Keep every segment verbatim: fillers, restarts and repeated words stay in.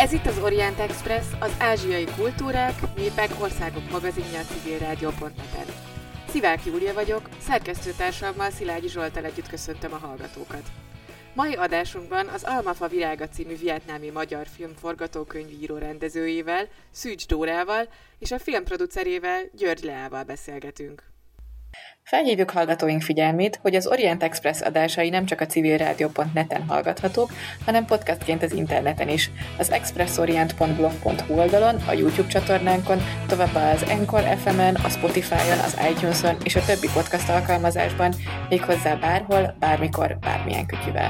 Ez itt az Orient Express, az ázsiai kultúrák, népek, országok magazinja a civil rádió pont net-en. Szivák Júlia vagyok, szerkesztőtársammal Szilágyi Zsolttal együtt köszöntöm a hallgatókat. Mai adásunkban az Almafa virága című vietnámi magyar film forgatókönyvíró rendezőjével, Szűcs Dórával és a filmproducerével, György Leával beszélgetünk. Felhívjuk hallgatóink figyelmét, hogy az Orient Express adásai nem csak a civil rádió pont net-en hallgathatók, hanem podcastként az interneten is, az expressorient pont blog pont hu oldalon, a YouTube csatornánkon, továbbá az Anchor ef emen, a Spotify-on, az iTunes-on és a többi podcast alkalmazásban, méghozzá bárhol, bármikor, bármilyen kütyüvel.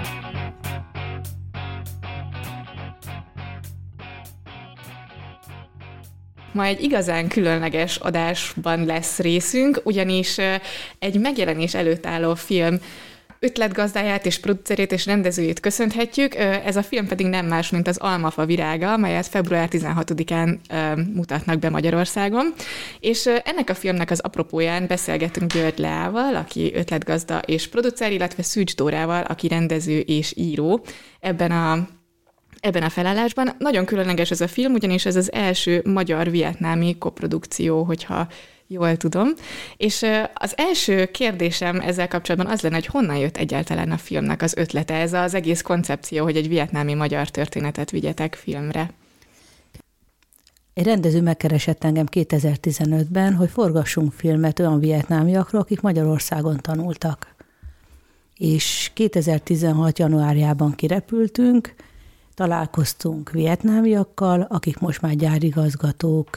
Ma egy igazán különleges adásban lesz részünk, ugyanis egy megjelenés előtt álló film ötletgazdáját és producerét és rendezőjét köszönhetjük. Ez a film pedig nem más, mint az Almafa virága, melyet február tizenhatodikán mutatnak be Magyarországon. És ennek a filmnek az apropóján beszélgetünk György Leával, aki ötletgazda és producer, illetve Szűcs Dórával, aki rendező és író ebben a Ebben a felállásban. Nagyon különleges ez a film, ugyanis ez az első magyar-vietnámi koprodukció, hogyha jól tudom. És az első kérdésem ezzel kapcsolatban az lenne, hogy honnan jött egyáltalán a filmnek az ötlete, ez az egész koncepció, hogy egy vietnámi magyar történetet vigyetek filmre. Egy rendező megkeresett engem kétezer-tizenötben, hogy forgassunk filmet olyan vietnámiakról, akik Magyarországon tanultak. És kétezer-tizenhat januárjában kirepültünk, találkoztunk vietnámiakkal, akik most már gyárigazgatók,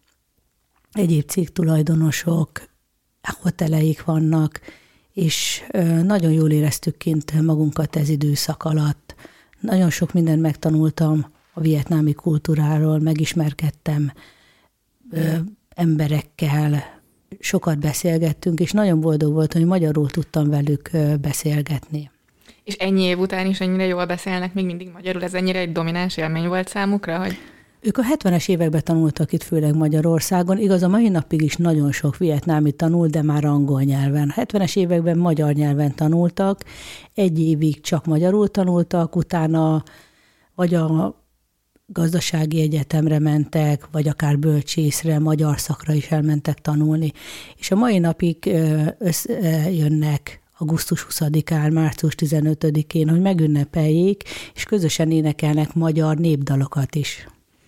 egyéb cégtulajdonosok, hoteleik vannak, és nagyon jól éreztük kint magunkat ez időszak alatt. Nagyon sok mindent megtanultam a vietnámi kultúráról, megismerkedtem ö, emberekkel, sokat beszélgettünk, és nagyon boldog volt, hogy magyarul tudtam velük beszélgetni. És ennyi év után is ennyire jól beszélnek még mindig magyarul? Ez ennyire egy domináns élmény volt számukra, hogy... Ők a hetvenes években tanultak itt, főleg Magyarországon. Igaz, a mai napig is nagyon sok vietnámi tanul, de már angol nyelven. A hetvenes években magyar nyelven tanultak, egy évig csak magyarul tanultak, utána vagy a gazdasági egyetemre mentek, vagy akár bölcsészre, magyar szakra is elmentek tanulni. És a mai napig összejönnek augusztus huszadikán, március tizenötödikén, hogy megünnepeljék, és közösen énekelnek magyar népdalokat is.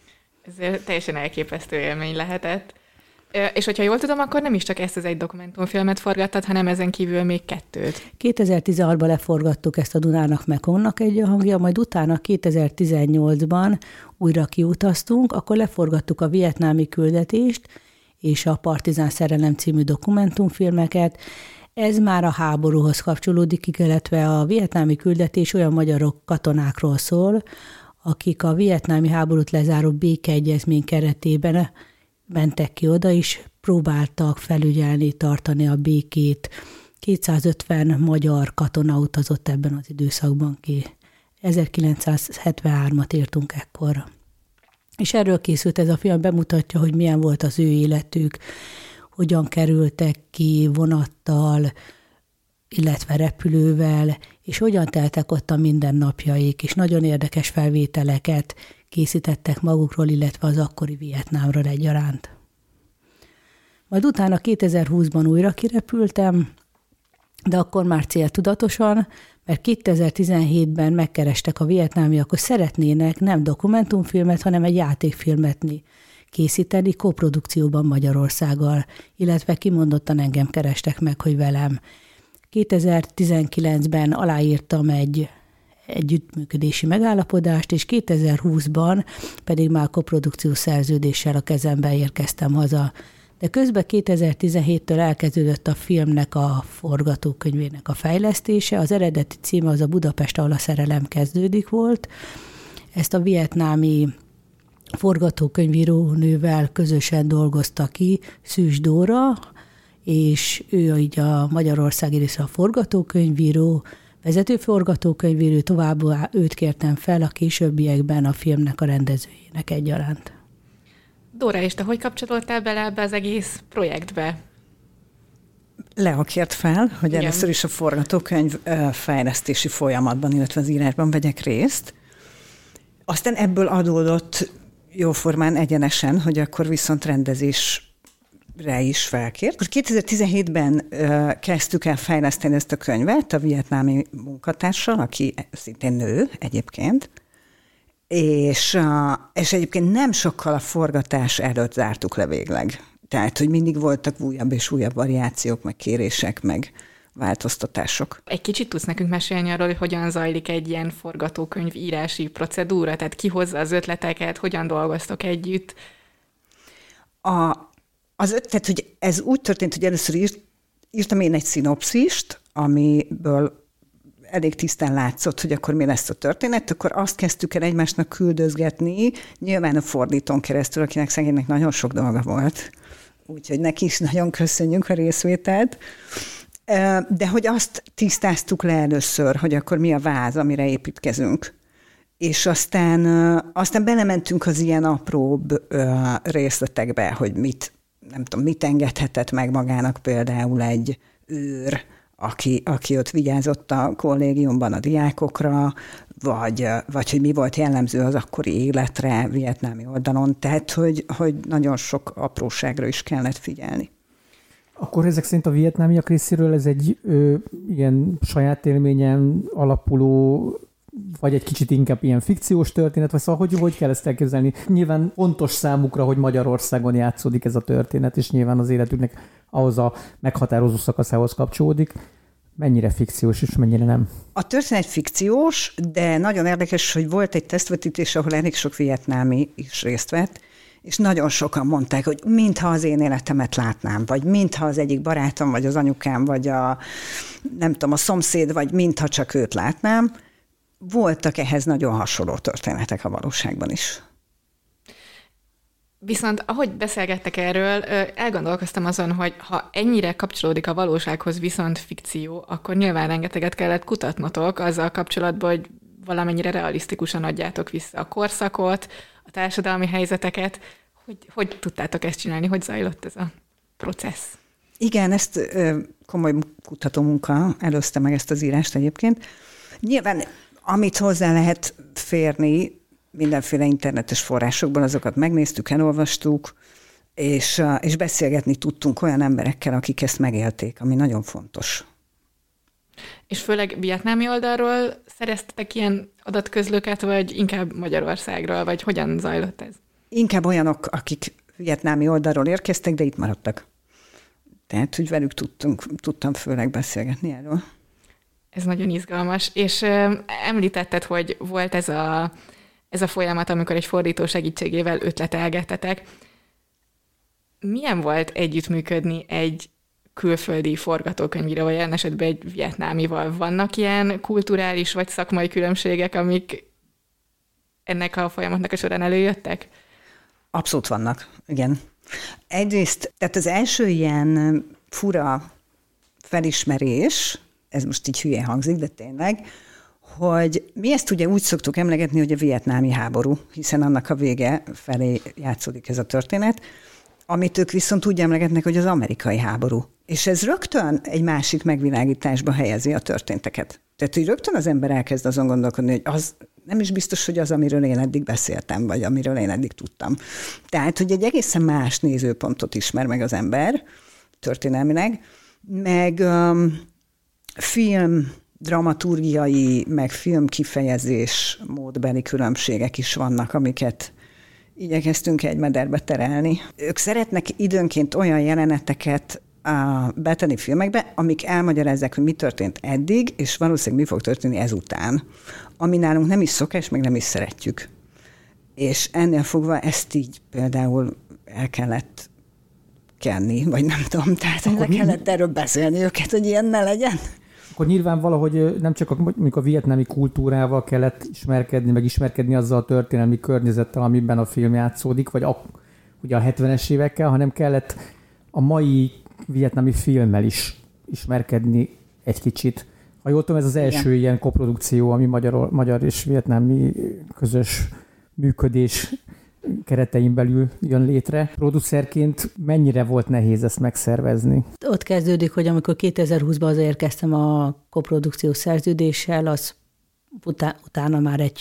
Ez teljesen elképesztő élmény lehetett. És hogyha jól tudom, akkor nem is csak ezt az egy dokumentumfilmet forgattad, hanem ezen kívül még kettőt. kétezer-tizenhatban leforgattuk ezt a Dunának Mekongnak egy hangja, majd utána kétezer-tizennyolcban újra kiutaztunk, akkor leforgattuk a vietnámi küldetést és a Partizán szerelem című dokumentumfilmeket. Ez már a háborúhoz kapcsolódik, illetve a vietnámi küldetés olyan magyarok, katonákról szól, akik a vietnámi háborút lezáró békeegyezmény keretében mentek ki oda, és próbáltak felügyelni, tartani a békét. kétszázötven magyar katona utazott ebben az időszakban ki. ezerkilencszázhetvenhármat írtunk ekkor. És erről készült ez a film, bemutatja, hogy milyen volt az ő életük, hogyan kerültek ki vonattal, illetve repülővel, és hogyan teltek ott a mindennapjaik, és nagyon érdekes felvételeket készítettek magukról, illetve az akkori Vietnámról egyaránt. Majd utána kétezer-húszban újra kirepültem, de akkor már céltudatosan, mert kétezer-tizenhétben megkerestek a vietnámiak, hogy szeretnének nem dokumentumfilmet, hanem egy játékfilmet készíteni koprodukcióban Magyarországgal, illetve kimondottan engem kerestek meg, hogy velem. kétezer-tizenkilencben aláírtam egy együttműködési megállapodást, és kétezer-húszban pedig már koprodukciós szerződéssel a kezembe érkeztem haza. De közben kétezer-tizenhéttől elkezdődött a filmnek a forgatókönyvének a fejlesztése. Az eredeti címe az a Budapest, ahol a szerelem kezdődik volt. Ezt a vietnámi forgatókönyvírónővel közösen dolgozta ki Szűcs Dóra, és ő így a magyarországi része a forgatókönyvíró, vezető forgatókönyvíró, továbbá őt kértem fel a későbbiekben a filmnek a rendezőjének egyaránt. Dóra, és te hogy kapcsolódtál bele ebbe az egész projektbe? Lea kért fel, hogy Igen. először is a forgatókönyv fejlesztési folyamatban, illetve az írásban vegyek részt. Aztán ebből adódott jóformán egyenesen, hogy akkor viszont rendezésre is felkért. Akkor kétezer-tizenhétben uh, kezdtük el fejleszteni ezt a könyvet a vietnámi munkatársal, aki szintén nő egyébként, és, uh, és egyébként nem sokkal a forgatás előtt zártuk le végleg. Tehát, hogy mindig voltak újabb és újabb variációk, meg kérések, meg változtatások. Egy kicsit tudsz nekünk mesélni arról, hogy hogyan zajlik egy ilyen forgatókönyv írási procedúra? Tehát ki hozza az ötleteket, hogyan dolgoztok együtt? A, az ötlet, hogy ez úgy történt, hogy először írt, írtam én egy szinopszist, amiből elég tisztán látszott, hogy akkor mi lesz a történet, akkor azt kezdtük el egymásnak küldözgetni, nyilván a fordítón keresztül, akinek szegénynek nagyon sok dolga volt. Úgyhogy neki is nagyon köszönjük a részvételt. De hogy azt tisztáztuk le először, hogy akkor mi a váz, amire építkezünk. És aztán, aztán belementünk az ilyen apróbb részletekbe, hogy mit, nem tudom, mit engedhetett meg magának például egy őr, aki, aki ott vigyázott a kollégiumban a diákokra, vagy, vagy hogy mi volt jellemző az akkori életre vietnámi oldalon. Tehát, hogy, hogy nagyon sok apróságra is kellett figyelni. Akkor ezek szerint a vietnámiak részéről ez egy ö, ilyen saját élményen alapuló, vagy egy kicsit inkább ilyen fikciós történet, vagy szóval hogy, hogy kell ezt elképzelni? Nyilván fontos számukra, hogy Magyarországon játszódik ez a történet, és nyilván az életüknek ahhoz a meghatározó szakaszához kapcsolódik. Mennyire fikciós, és mennyire nem? A történet fikciós, de nagyon érdekes, hogy volt egy tesztvetítés, ahol elég sok vietnámi is részt vett, és nagyon sokan mondták, hogy mintha az én életemet látnám, vagy mintha az egyik barátom, vagy az anyukám, vagy a, nem tudom, a szomszéd, vagy mintha csak őt látnám. Voltak ehhez nagyon hasonló történetek a valóságban is. Viszont ahogy beszélgettek erről, elgondolkoztam azon, hogy ha ennyire kapcsolódik a valósághoz viszont fikció, akkor nyilván rengeteget kellett kutatnotok azzal kapcsolatban, hogy valamennyire realisztikusan adjátok vissza a korszakot, a társadalmi helyzeteket. Hogy, hogy tudtátok ezt csinálni? Hogy zajlott ez a processz? Igen, ezt ö, komoly kutatómunka előzte meg ezt az írást egyébként. Nyilván, amit hozzá lehet férni mindenféle internetes forrásokból, azokat megnéztük, elolvastuk, és, és beszélgetni tudtunk olyan emberekkel, akik ezt megélték, ami nagyon fontos. És főleg vietnámi oldalról szereztetek ilyen adatközlőket, vagy inkább Magyarországról, vagy hogyan zajlott ez? Inkább olyanok, akik vietnámi oldalról érkeztek, de itt maradtak. Tehát, hogy velük tudtunk, tudtam főleg beszélgetni erről. Ez nagyon izgalmas. És ö, említetted, hogy volt ez a, ez a folyamat, amikor egy fordító segítségével ötletelgettetek. Milyen volt együttműködni egy külföldi forgatókönyvíró, vagy ilyen esetben egy vietnámival? Vannak ilyen kulturális vagy szakmai különbségek, amik ennek a folyamatnak a során előjöttek? Abszolút vannak, igen. Egyrészt, tehát az első ilyen fura felismerés, ez most így hülyén hangzik, de tényleg, hogy mi ezt ugye úgy szoktuk emlegetni, hogy a vietnámi háború, hiszen annak a vége felé játszódik ez a történet, amit ők viszont úgy emlegetnek, hogy az amerikai háború. És ez rögtön egy másik megvilágításba helyezi a történteket. Tehát, hogy rögtön az ember elkezd azon gondolkodni, hogy az nem is biztos, hogy az, amiről én eddig beszéltem, vagy amiről én eddig tudtam. Tehát, hogy egy egészen más nézőpontot ismer meg az ember történelmileg, meg um, film dramaturgiai, meg film kifejezés módbeli különbségek is vannak, amiket igyekeztünk egy mederbe terelni. Ők szeretnek időnként olyan jeleneteket uh, betenni filmekbe, amik elmagyarázzák, hogy mi történt eddig, és valószínűleg mi fog történni ezután. Ami nálunk nem is szokás, meg nem is szeretjük. És ennél fogva ezt így például el kellett kenni, vagy nem tudom, tehát el kellett erről beszélni őket, hogy ilyen ne legyen. Akkor nyilván valahogy nem csak a, mondjuk a vietnámi kultúrával kellett ismerkedni, meg ismerkedni azzal a történelmi környezettel, amiben a film játszódik, vagy a, ugye a hetvenes évekkel, hanem kellett a mai vietnámi filmmel is ismerkedni egy kicsit. Ha jól tudom, ez az első Igen. ilyen koprodukció, ami magyar, magyar és vietnámi közös működés keretein belül jön létre. Producerként mennyire volt nehéz ezt megszervezni? Ott kezdődik, hogy amikor kétezer-húszban hazaérkeztem a koprodukciós szerződéssel, az utá- utána már egy,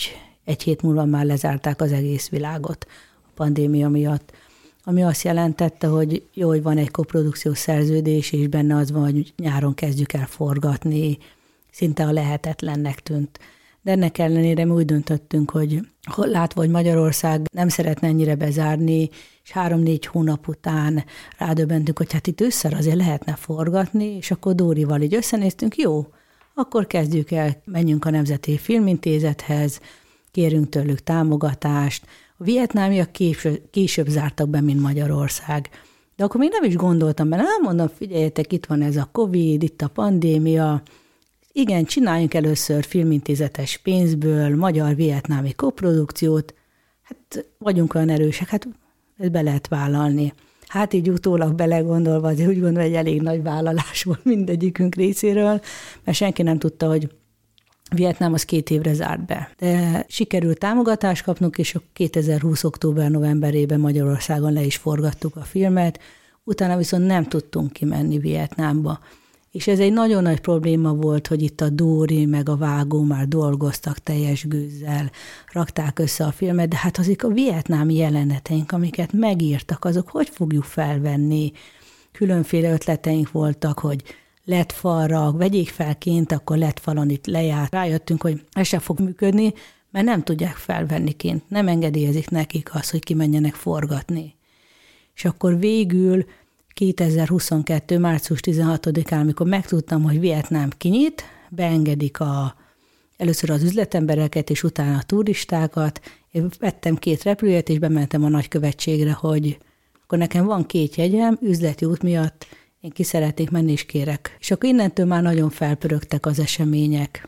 egy hét múlva már lezárták az egész világot a pandémia miatt. Ami azt jelentette, hogy jó, hogy van egy koprodukciós szerződés, és benne az van, hogy nyáron kezdjük el forgatni, szinte a lehetetlennek tűnt. De ennek ellenére mi úgy döntöttünk, hogy látva, hogy Magyarország nem szeretne ennyire bezárni, és három-négy hónap után rádöbbentünk, hogy hát itt ősszel azért lehetne forgatni, és akkor Dórival így összenéztünk, jó, akkor kezdjük el, menjünk a Nemzeti Filmintézethez, kérünk tőlük támogatást. A vietnámiak később, később zártak be, mint Magyarország. De akkor még nem is gondoltam benne, nem mondom, figyeljetek, itt van ez a Covid, itt a pandémia, igen, csináljunk először filmintézetes pénzből magyar-vietnámi koprodukciót, hát vagyunk olyan erősek, hát ezt be lehet vállalni. Hát így utólag belegondolva, azért úgy gondolom, hogy elég nagy vállalás volt mindegyikünk részéről, mert senki nem tudta, hogy Vietnám az két évre zárt be. De sikerült támogatást kapnunk, és kétezer-húsz. október-novemberében Magyarországon le is forgattuk a filmet, utána viszont nem tudtunk kimenni Vietnámba. És ez egy nagyon nagy probléma volt, hogy itt a Dóri meg a vágó már dolgoztak teljes gőzzel, rakták össze a filmet, de hát azik a vietnámi jeleneteink, amiket megírtak, azok hogy fogjuk felvenni? Különféle ötleteink voltak, hogy lett falra, vegyék fel kint, akkor lett falon itt lejárt. Rájöttünk, hogy ez sem fog működni, mert nem tudják felvenni kint, nem engedélyezik nekik azt, hogy kimenjenek forgatni. És akkor végül kétezer-huszonkettő. március tizenhatodikán, amikor megtudtam, hogy Vietnám kinyit, beengedik a, először az üzletembereket, és utána a turistákat. Én vettem két repülőjét, és bementem a nagykövetségre, hogy akkor nekem van két jegyem, üzleti út miatt, én ki szeretnék menni, és kérek. És akkor innentől már nagyon felpörögtek az események.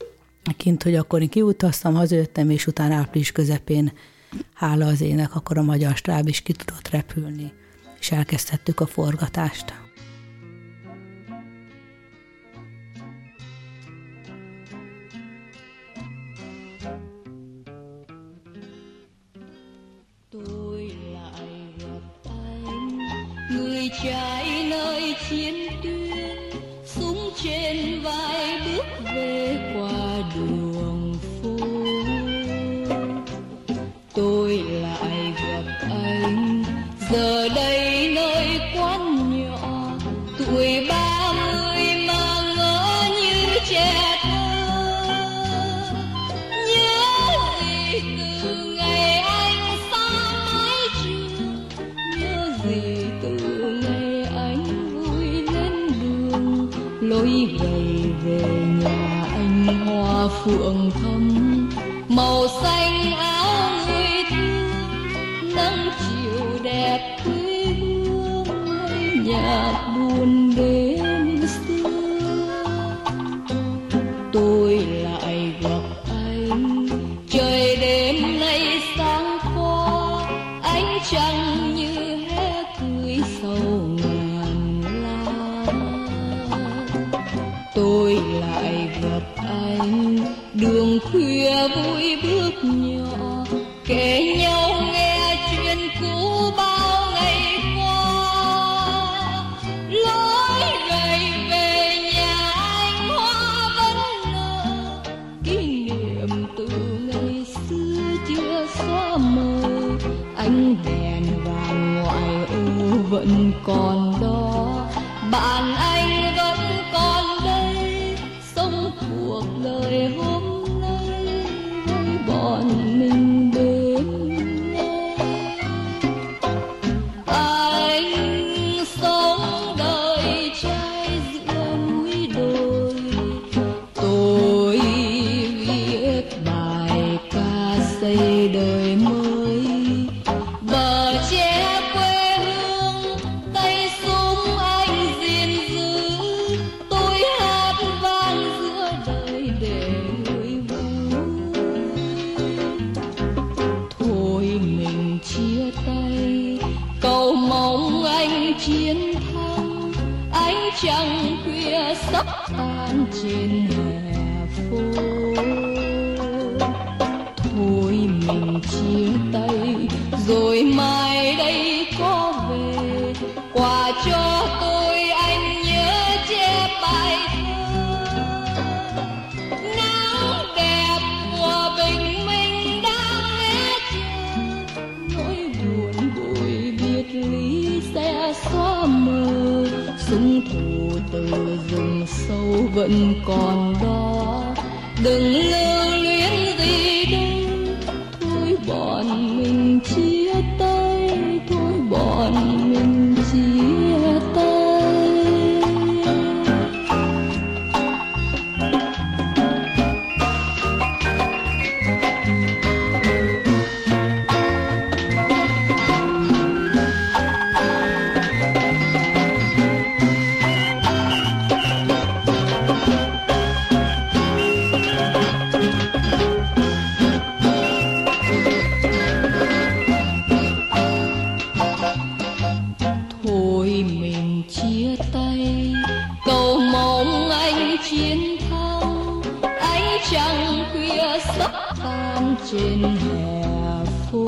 Kint, hogy akkor én kiutaztam, hazajöttem, és utána április közepén, hála az ének, akkor a magyar stáb is ki tudott repülni. És elkezdhettük a forgatást. Tôi lại gặp anh, người trai nơi chiến tuyến, súng trên vai bước về qua đường phố. Tôi lại gặp anh, giờ đây nơi quán nhỏ, tuổi ba mươi mà ngỡ như trẻ thơ. Nhớ gì từ ngày anh xa mái trường, nhớ gì từ ngày anh vui lên đường, lối gầy về nhà anh hoa phượng thắm, màu xanh áo người thương, nắng chiều đẹp quê hương hay nhạc buồn đêm xưa. Tôi lại gặp anh, trời đêm nay sáng qua, ánh trăng như hé cưới sầu ngàn lá. Tôi lại gặp anh, đường khuya vui bước nhỏ, kể nhau nghe chuyện cũ bao ngày qua. Lối gầy về nhà anh hoa vẫn nở, kỷ niệm từ ngày xưa chưa xóa mờ. Ánh đèn vàng ngoại ô vẫn còn đó, bạn anh vẫn còn đây, sống cuộc đời hôm nay với bọn mình bên nhau. Anh sống đời trai giữa núi đồi, tôi viết bài ca xây đời mới. Bờ tre quê hương, tay súng anh gìn giữ, tôi hát vang giữa đời để người vui. Thôi mình chia tay, cầu mong anh chiến thắng, ánh trăng khuya sắp tan trên hè phố. Thôi mình chia tay, rồi mai đây có về, quà cho tôi anh nhớ chép bài thơ. Nắng đẹp của bình minh vẫn còn đó, đừng lưu luyến gì đâu. Thôi bọn mình chia tay, thôi bọn mình chia tay. Trên hè phố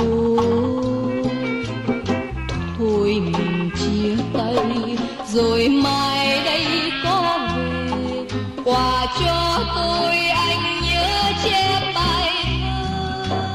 thôi mình chia tay rồi mai đây có về quà cho tôi anh nhớ chép bài thơ.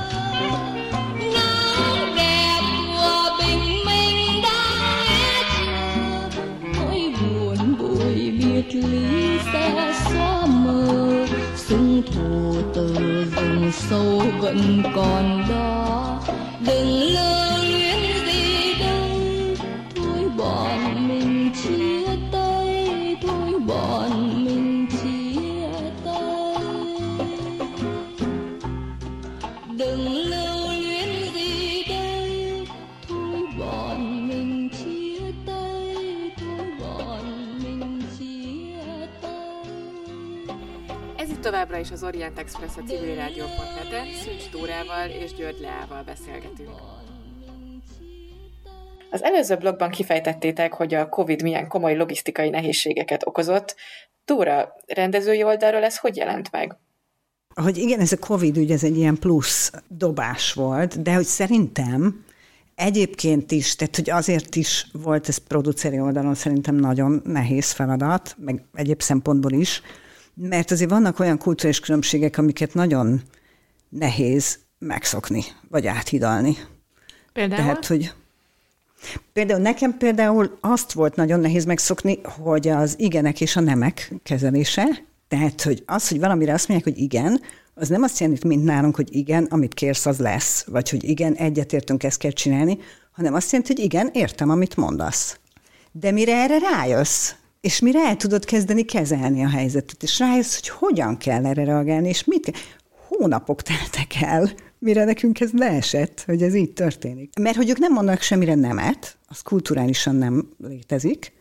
Nắng đẹp của bình minh đang nghe chờ, nỗi buồn bụi biệt ly xa xóa mờ. Súng thù từ rừng sâu vẫn còn đó, đừng lưu luyến gì đâu. Thôi bọn mình chia tay, thôi bọn mình chia tay. Đừng lưu luyến gì đâu. Thôi bọn mình chia tay, thôi bọn mình chia tay. Ez itt továbbra is az Orient Express a civil rádió pont net-en, Szűcs Dórával és György Leával beszélgetünk. Az előző blogban kifejtettétek, hogy a Covid milyen komoly logisztikai nehézségeket okozott. Dóra, rendezői oldalról ez hogy jelent meg? Hogy igen, ez a Covid ügy, ez egy ilyen plusz dobás volt, de hogy szerintem egyébként is, tehát hogy azért is volt ez produceri oldalon szerintem nagyon nehéz feladat, meg egyéb szempontból is, mert azért vannak olyan kulturális különbségek, amiket nagyon nehéz megszokni, vagy áthidalni. Például? Tehát, hogy például nekem például azt volt nagyon nehéz megszokni, hogy az igenek és a nemek kezelése, tehát, hogy az, hogy valamire azt mondják, hogy igen, az nem azt jelenti, mint nálunk, hogy igen, amit kérsz, az lesz, vagy hogy igen, egyetértünk, ezt kell csinálni, hanem azt jelenti, hogy igen, értem, amit mondasz. De mire erre rájössz, és mire el tudod kezdeni kezelni a helyzetet, és rájössz, hogy hogyan kell erre reagálni, és mit kell. Hónapok teltek el, mire nekünk ez leesett, hogy ez így történik. Mert hogy ők nem mondanak semmire nemet, az kulturálisan nem létezik,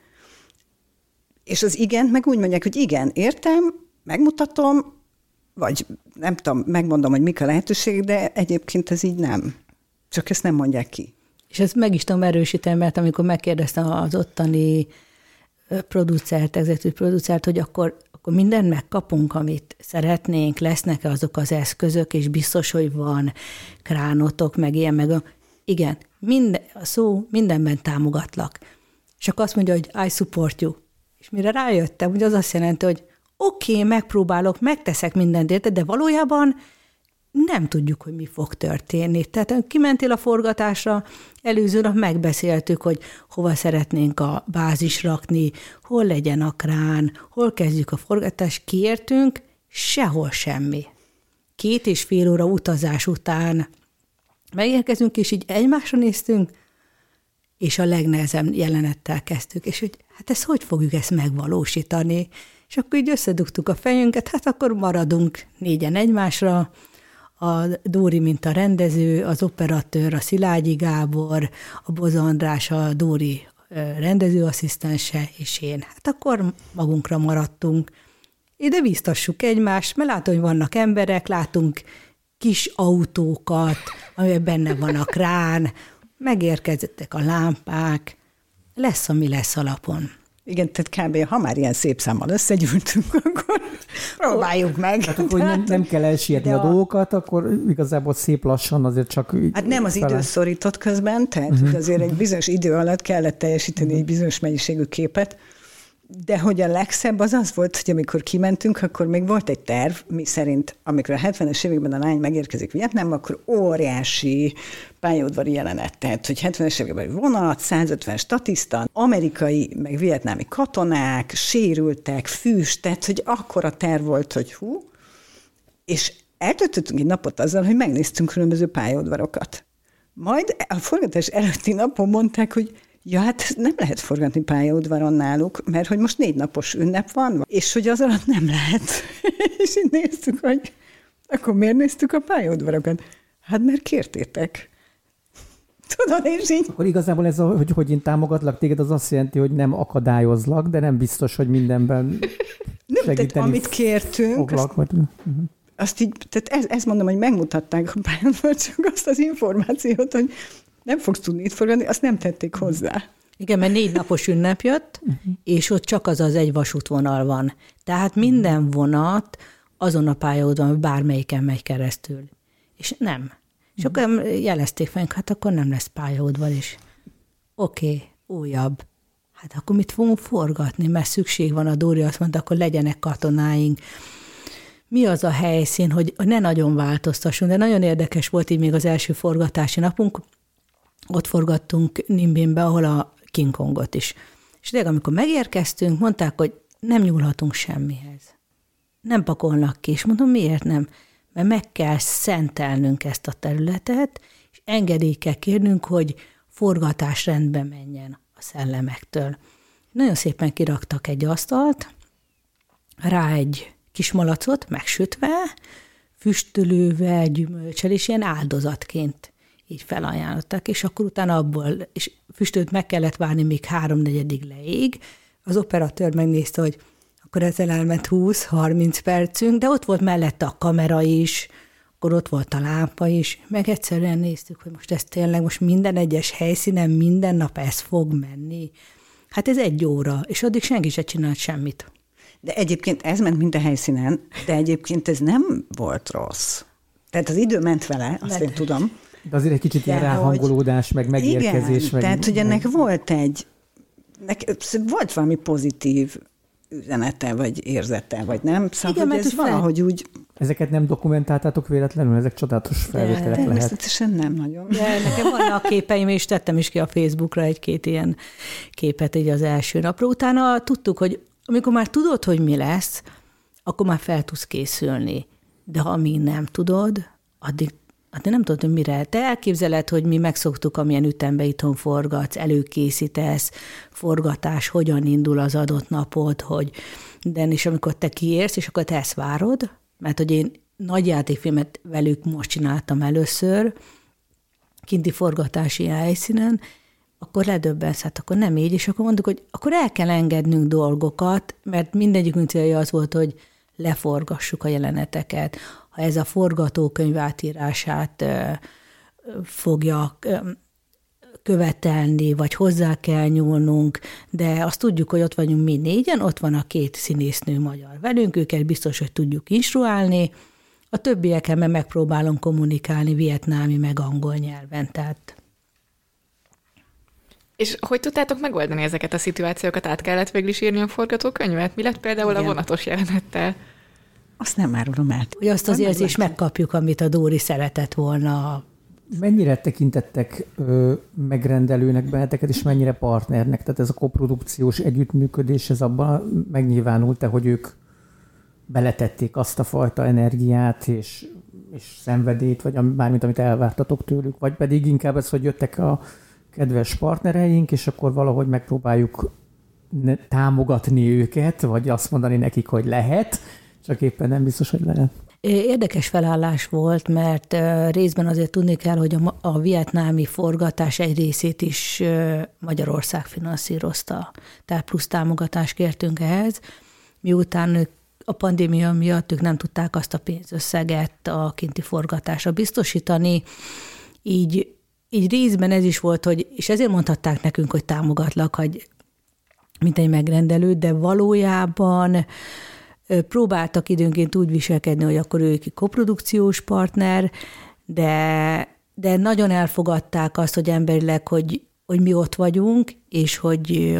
és az igent meg úgy mondják, hogy igen, értem, megmutatom, vagy nem tudom, megmondom, hogy mik a lehetőségek, de egyébként ez így nem. Csak ezt nem mondják ki. És ezt meg is tudom erősíteni, mert amikor megkérdeztem az ottani producert, executive producert, hogy akkor, akkor mindent megkapunk, amit szeretnénk, lesznek-e azok az eszközök, és biztos, hogy van kránotok, meg ilyen, meg a... Igen, minden, a szó mindenben támogatlak. És akkor azt mondja, hogy I support you. És mire rájöttem, hogy az azt jelenti, hogy oké, okay, megpróbálok, megteszek mindent érte, de valójában nem tudjuk, hogy mi fog történni. Tehát kimentél a forgatásra, előző nap megbeszéltük, hogy hova szeretnénk a bázis rakni, hol legyen a krán, hol kezdjük a forgatást, kiértünk, sehol semmi. Két és fél óra utazás után megérkezünk, és így egymásra néztünk, és a legnehezebb jelenettel kezdtük, és hogy hát ezt hogy fogjuk ezt megvalósítani? És akkor így összedugtuk a fejünket, hát akkor maradunk négyen egymásra, a Dóri, mint a rendező, az operatőr, a Szilágyi Gábor, a Boza András, a Dóri rendezőasszisztense, és én. Hát akkor magunkra maradtunk. Ide biztassuk egymást, mert látom, hogy vannak emberek, látunk kis autókat, amiben benne van a krán, megérkezettek a lámpák, lesz, ami lesz alapon. Igen, tehát kb. Ha már ilyen szép számmal összegyűltünk, akkor próbáljuk meg. Hát akkor nem, nem kell elsietni a, a dolgokat, akkor igazából szép lassan azért csak... Hát nem az idő szorított közben, tehát uh-huh. azért egy bizonyos idő alatt kellett teljesíteni uh-huh. egy bizonyos mennyiségű képet, De hogy a legszebb az az volt, hogy amikor kimentünk, akkor még volt egy terv, mi szerint, amikor a hetvenes években a lány megérkezik Vietnámba, akkor óriási pályaudvari jelenet. Tehát, hogy hetvenes években vonat, százötven statiszta, amerikai, meg vietnámi katonák, sérültek, füst, tehát, hogy akkora terv volt, hogy hú, és eltöltöttünk egy napot azzal, hogy megnéztünk különböző pályaudvarokat. Majd a forgatás előtti napon mondták, hogy ja, hát nem lehet forgatni pályaudvaron náluk, mert hogy most négy napos ünnep van, és hogy az alatt nem lehet. És így néztük, hogy akkor miért néztük a pályaudvarokat? Hát mert kértétek. Tudod, és így... Akkor igazából ez, a, hogy, hogy én támogatlak téged, az azt jelenti, hogy nem akadályozlak, de nem biztos, hogy mindenben nem, tehát amit kértünk, foglak, azt, vagy... uh-huh. azt így, tehát ez, ezt mondom, hogy megmutatták a pályaudvaron, csak azt az információt, hogy nem fogsz tudni itt forgatni, azt nem tették hozzá. Igen, mert négy napos ünnep jött, uh-huh. és ott csak az az egy vasútvonal van. Tehát minden vonat azon a pályaudvaron, bármelyiken megy keresztül. És nem. És uh-huh. akkor jelezték fel, hát akkor nem lesz pályaudvar is. Oké, okay, újabb. Hát akkor mit fogunk forgatni, mert szükség van, a Dóri azt mondta, akkor legyenek katonáink. Mi az a helyszín, hogy ne nagyon változtassunk, de nagyon érdekes volt így még az első forgatási napunk. Ott forgattunk Nimbinbe, ahol a King Kongot is. És tényleg, amikor megérkeztünk, mondták, hogy nem nyúlhatunk semmihez. Nem pakolnak ki, és mondom, miért nem? Mert meg kell szentelnünk ezt a területet, és engedélyt kell kérnünk, hogy forgatás rendbe menjen a szellemektől. Nagyon szépen kiraktak egy asztalt, rá egy kis malacot megsütve, füstölővel, gyümölcsel, és ilyen áldozatként így felajánlották, és akkor utána abból, és füstölt meg kellett várni, még háromnegyedig leég. Az operatőr megnézte, hogy akkor ezzel elment húsz-harminc percünk, de ott volt mellette a kamera is, akkor ott volt a lámpa is, meg egyszerűen néztük, hogy most ez tényleg, most minden egyes helyszínen minden nap ez fog menni. Hát ez egy óra, és addig senki se csinált semmit. De egyébként ez ment minden helyszínen, de egyébként ez nem volt rossz. Tehát az idő ment vele, azt Mert... én tudom. De azért egy kicsit ilyen ráhangolódás, meg megérkezés. Igen, meg, tehát, hogy ennek meg... volt egy, volt valami pozitív üzenete, vagy érzete, vagy nem? Szóval, igen, hogy ez fel... valahogy úgy... Ezeket nem dokumentáltátok véletlenül? Ezek csodálatos felvételek lehet. Természetesen nem nagyon. De nekem vannak képeim, és tettem is ki a Facebookra egy-két ilyen képet így az első napra. Utána tudtuk, hogy amikor már tudod, hogy mi lesz, akkor már fel tudsz készülni. De ha amíg nem tudod, addig Hát nem tudod, hogy mire. Te elképzeled, hogy mi megszoktuk, amilyen ütembe itthon forgatsz, előkészítesz, forgatás, hogyan indul az adott napod, hogy de és amikor te kiérsz, és akkor te ezt várod, mert hogy én nagy játékfilmet velük most csináltam először, kinti forgatási helyszínen, akkor ledöbbensz, hát akkor nem így, és akkor mondtuk, hogy akkor el kell engednünk dolgokat, mert mindegyikünk célja az volt, hogy leforgassuk a jeleneteket. Ha ez a forgatókönyv átírását fogja követelni, vagy hozzá kell nyúlnunk, de azt tudjuk, hogy ott vagyunk mi négyen, ott van a két színésznő magyar velünk, őket biztos, hogy tudjuk instruálni, a többiekkel meg megpróbálom kommunikálni vietnámi, meg angol nyelven, tehát... És hogy tudtátok megoldani ezeket a szituációkat? Át kellett végül is írni a forgatókönyvet? Mi lett például Igen. a vonatos jelenettel? Azt nem árulom el. Hogy azt az érzést megkapjuk, amit a Dóri szeretett volna. Mennyire tekintettek ö, megrendelőnek benneteket, és mennyire partnernek? Tehát ez a koprodukciós együttműködés, ez abban megnyilvánult-e, hogy ők beletették azt a fajta energiát és, és szenvedélyt, vagy bármint, amit elvártatok tőlük, vagy pedig inkább ez, hogy jöttek a kedves partnereink, és akkor valahogy megpróbáljuk támogatni őket, vagy azt mondani nekik, hogy lehet, csak éppen nem biztos, hogy lehet. Érdekes felállás volt, mert részben azért tudni kell, hogy a, a vietnámi forgatás egy részét is Magyarország finanszírozta. Tehát plusz támogatást kértünk ehhez, miután a pandémia miatt ők nem tudták azt a pénzösszeget a kinti forgatásra biztosítani, így, így részben ez is volt, hogy, és ezért mondhatták nekünk, hogy támogatlak, hogy mint egy megrendelő, de valójában próbáltak időnként úgy viselkedni, hogy akkor ők koprodukciós partner, de, de nagyon elfogadták azt, hogy emberileg, hogy, hogy mi ott vagyunk, és hogy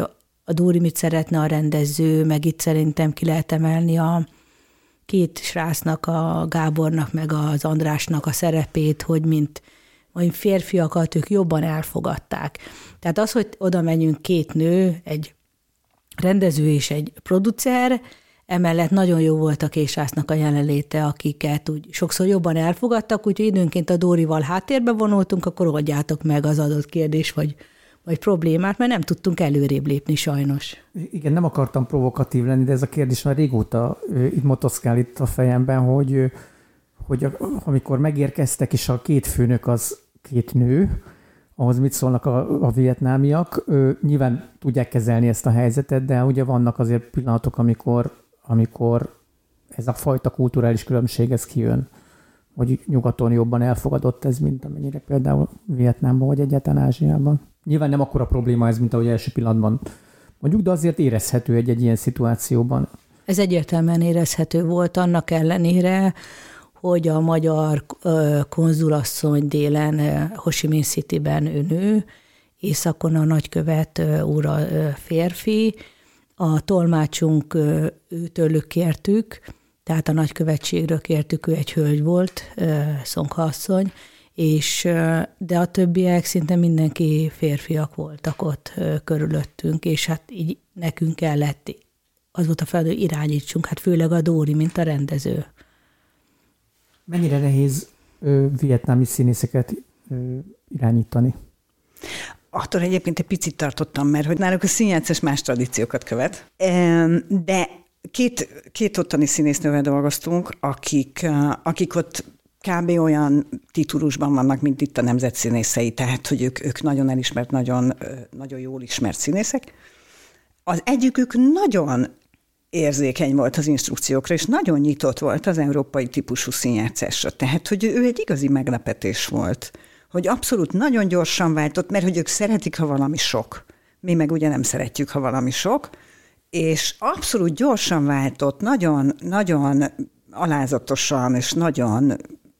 a Dóri mit szeretne a rendező, meg itt szerintem ki lehet emelni a két srácnak, a Gábornak, meg az Andrásnak a szerepét, hogy mint vagy férfiakat ők jobban elfogadták. Tehát az, hogy oda menjünk két nő, egy rendező és egy producer, emellett nagyon jó volt a késrásznak a jelenléte, akiket úgy sokszor jobban elfogadtak, úgyhogy időnként a Dórival háttérbe vonultunk, akkor oldjátok meg az adott kérdés, vagy, vagy problémát, mert nem tudtunk előrébb lépni sajnos. Igen, nem akartam provokatív lenni, de ez a kérdés már régóta itt motoszkál itt a fejemben, hogy, hogy amikor megérkeztek, és a két főnök az két nő, ahhoz mit szólnak a, a vietnámiak, nyilván tudják kezelni ezt a helyzetet, de ugye vannak azért pillanatok, amikor amikor ez a fajta kulturális különbség ez kijön, hogy nyugaton jobban elfogadott ez, mint amennyire például Vietnámban vagy egyáltalán Ázsiában. Nyilván nem akkora probléma ez, mint ahogy első pillanatban mondjuk, de azért érezhető egy-egy ilyen szituációban. Ez egyértelműen érezhető volt, annak ellenére, hogy a magyar konzulasszony délen, Ho Chi Minh Cityben ő nő, északon a nagykövet úr férfi, a tolmácsunk őtőlük kértük, tehát a nagykövetségről kértük, ő egy hölgy volt, Szongha asszony, és, de a többiek szinte mindenki férfiak voltak ott körülöttünk, és hát így nekünk kellett, az volt a feladat, hogy irányítsunk, hát főleg a Dóri, mint a rendező. Mennyire nehéz ö, vietnámi színészeket ö, irányítani? Attól egyébként egy picit tartottam, mert hogy náluk a színjátszás más tradíciókat követ. De két, két ottani színésznővel dolgoztunk, akik, akik ott kb. Olyan titulusban vannak, mint itt a nemzetszínészei, tehát hogy ők, ők nagyon elismert, nagyon, nagyon jól ismert színészek. Az egyikük nagyon érzékeny volt az instrukciókra, és nagyon nyitott volt az európai típusú színjátszásra. Tehát, hogy ő egy igazi meglepetés volt, hogy abszolút nagyon gyorsan váltott, mert hogy ők szeretik, ha valami sok. Mi meg ugye nem szeretjük, ha valami sok, és abszolút gyorsan váltott, nagyon, nagyon alázatosan és nagyon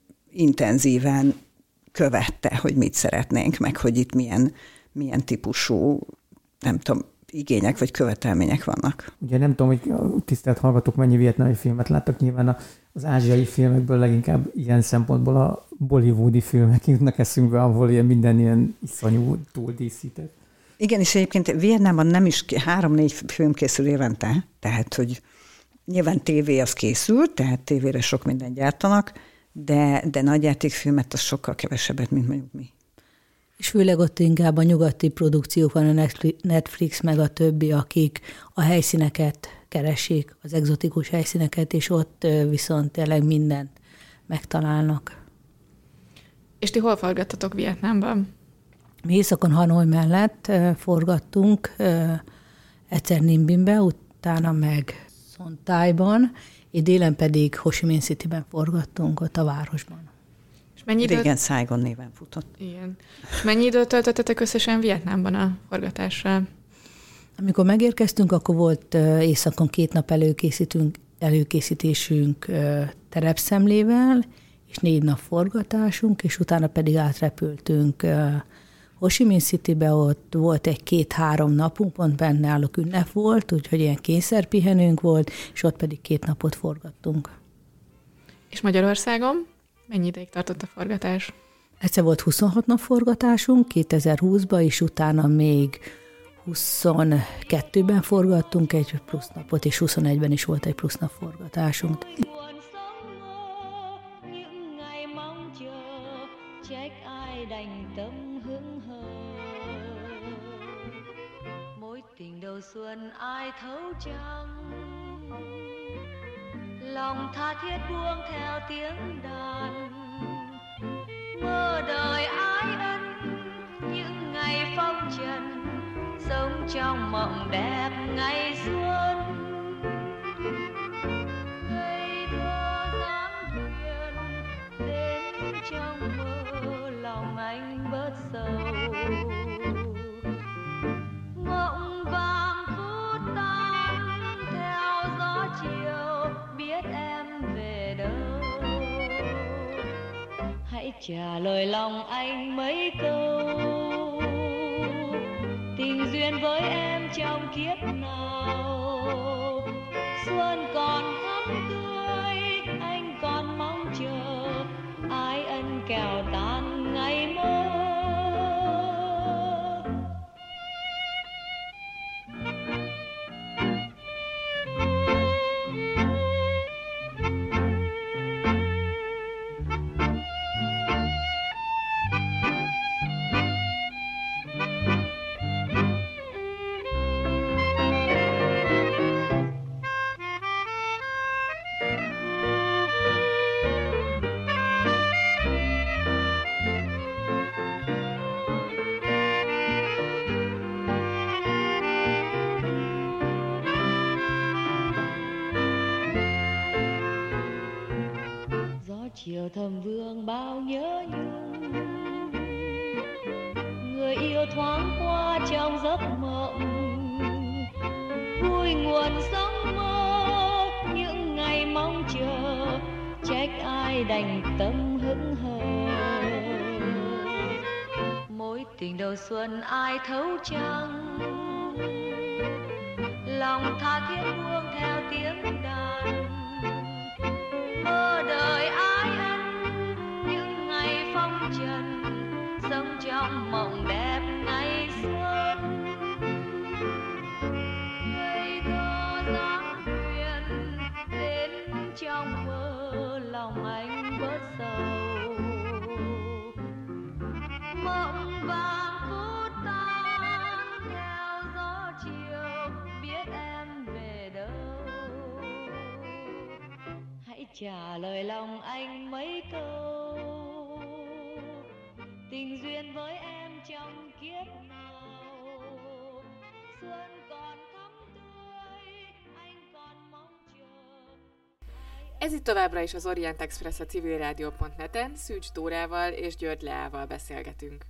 intenzíven követte, hogy mit szeretnénk, meg hogy itt milyen, milyen típusú, nem tudom, igények vagy követelmények vannak. Ugye nem tudom, hogy tisztelt hallgatók mennyi vietnámi filmet láttak, nyilván az ázsiai filmekből leginkább ilyen szempontból a bollywoodi filmek jutnak eszünkbe, ahol ilyen minden ilyen iszonyú túldíszített. Igen, és egyébként Vietnámban nem is három-négy film készül évente, tehát hogy nyilván tévé az készül, tehát tévére sok mindent gyártanak, de, de nagyjátékfilmet az sokkal kevesebbet, mint mondjuk mi. És főleg ott inkább a nyugati produkciók van, a Netflix meg a többi, akik a helyszíneket keresik, az egzotikus helyszíneket, és ott viszont tényleg mindent megtalálnak. És ti hol forgattatok Vietnámban? Mi északon Hanoi mellett forgattunk, egyszer Ninh-Binbe, utána meg Son Thaiban, és délen pedig Ho Chi Minh Cityben forgattunk, ott a városban. És mennyi időt... Régen Saigon néven futott. Igen. És mennyi időt töltöttetek összesen Vietnámban a forgatással? Amikor megérkeztünk, akkor volt északon két nap előkészítünk, előkészítésünk terepszemlével, és négy nap forgatásunk, és utána pedig átrepültünk Ho Chi Minh Citybe, ott volt egy két-három napunk, pont benne náluk ünnep volt, úgyhogy ilyen kényszerpihenőnk volt, és ott pedig két napot forgattunk. És Magyarországon? Mennyi ideig tartott a forgatás? Egyszer volt huszonhat nap forgatásunk, kétezer-húszban, és utána még huszonkettőben forgattunk egy plusz napot, és huszonegyben is volt egy plusz nap forgatásunk. Xuân ai thấu chẳng lòng tha thiết buông theo tiếng đàn mơ đời ái ân những ngày phong trần sống trong mộng đẹp ngày xuân ngây thơ dáng thuyền đến trong mơ lòng anh bớt sầu mộng vàng phút tan theo gió chiều biết em về đâu hãy trả lời lòng anh mấy câu tình duyên với em trong kiếp nào. Xuân còn thắm tươi, anh còn mong chờ ai ân kèo tan ngày mơ. Chiều thầm vương bao nhớ nhung, người yêu thoáng qua trong giấc mộng, vui nguồn giấc mơ những ngày mong chờ, trách ai đành tâm hững hờ. Mối tình đầu xuân ai thấu chăng, lòng tha thiết buông theo tiếng đàn, mơ đời ai ân những ngày phong trần, sống trong mộng đẹp ngày xuân. Ngây thơ dáng huyền đến trong mơ, lòng anh bớt sầu. Mộng vàng phút tan theo gió chiều, biết em về đâu. Hãy trả lời lòng anh mấy câu, tình duyên với em trong kiếp nào. Xuân còn thắm tươi, anh còn mong chờ. Ez itt továbbra is az Orient Express a civilrádió pont net-en, Szűcs Dórával és György Leával beszélgetünk.